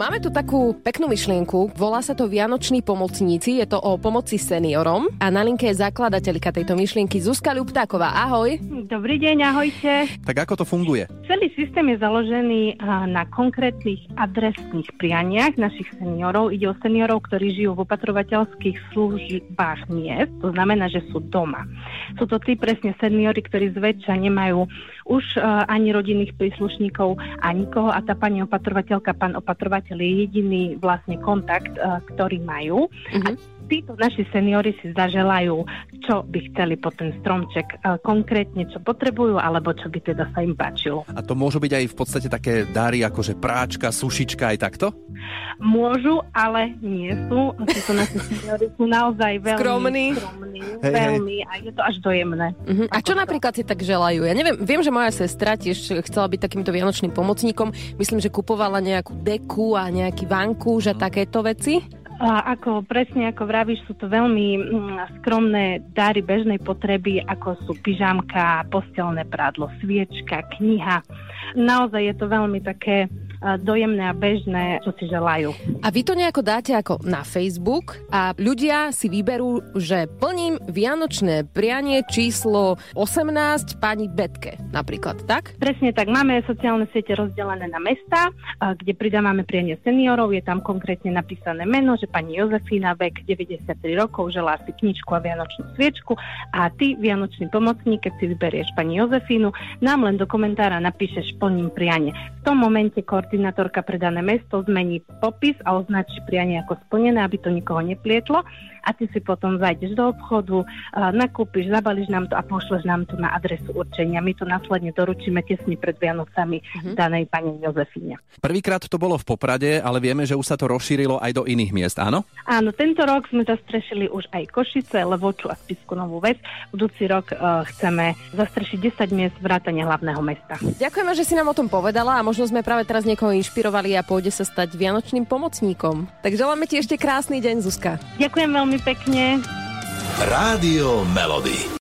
Máme tu takú peknú myšlienku, volá sa to Vianoční pomocníci, je to o pomoci seniorom a na linke je zakladateľka tejto myšlienky Zuzka Ľuptáková. Ahoj. Dobrý deň, ahojte. Tak ako to funguje? Celý systém je založený na konkrétnych adresných prianiach našich seniorov. Ide o seniorov, ktorí žijú v opatrovateľských službách miest, to znamená, že sú doma. Sú to tí presne seniori, ktorí zväčša nemajú už ani rodinných príslušníkov a nikoho a tá pani opatrovateľka, pán opatrovateľ je jediný vlastne kontakt, ktorý majú. A títo naši seniori si zaželajú, čo by chceli po ten stromček, konkrétne čo potrebujú, alebo čo by teda sa im páčilo. A to môžu byť aj v podstate také dary, ako že práčka, sušička, aj takto? Môžu, ale nie sú. Títo naši seniori sú naozaj veľmi skromní, veľmi, a je to až dojemné. A čo napríklad si tak želajú? Ja neviem, viem, že moja sestra tiež chcela byť takýmto vianočným pomocníkom. Myslím, že kupovala nejakú deku a nejaký vankúš a takéto veci. A presne ako vravíš, sú to veľmi skromné dary bežnej potreby, ako sú pyžamka, postelné prádlo, sviečka, kniha. Naozaj je to veľmi také dojemné a bežné, čo si želajú. A vy to nejako dáte ako na Facebook a ľudia si vyberú, že plním vianočné prianie číslo 18 pani Betke napríklad, tak? Presne tak. Máme sociálne siete rozdelené na mestá, kde pridávame prianie seniorov. Je tam konkrétne napísané meno, že pani Jozefína, vek 93 rokov, želá si knižku a vianočnú sviečku a ty, vianočný pomocník, keď si vyberieš pani Jozefínu, nám len do komentára napíšeš plním prianie. V tom momente koordinátorka pre dané mesto zmení popis a označí prianie ako splnené, aby to nikoho neplietlo a ty si potom zajdeš do obchodu, nakúpiš, zabališ nám to a pošleš nám to na adresu určenia. My to následne doručíme tesne pred Vianocami danej pani Jozefíne. Prvýkrát to bolo v Poprade, ale vieme, že už sa to rozšírilo aj do iných miest, áno? Áno, tento rok sme zastrešili už aj Košice, Levoču a Spišskú Novú Ves. Budúci rok chceme zastrešiť 10 miest vrátane hlavného mesta. Ďakujeme, že si nám o tom povedala a možno sme práve teraz niekoho inšpirovali a pôjde sa stať vianočným pomocníkom. Tak želáme ti ešte krásny deň, Zuzka. Ďakujem veľmi pekne. Rádio Melody.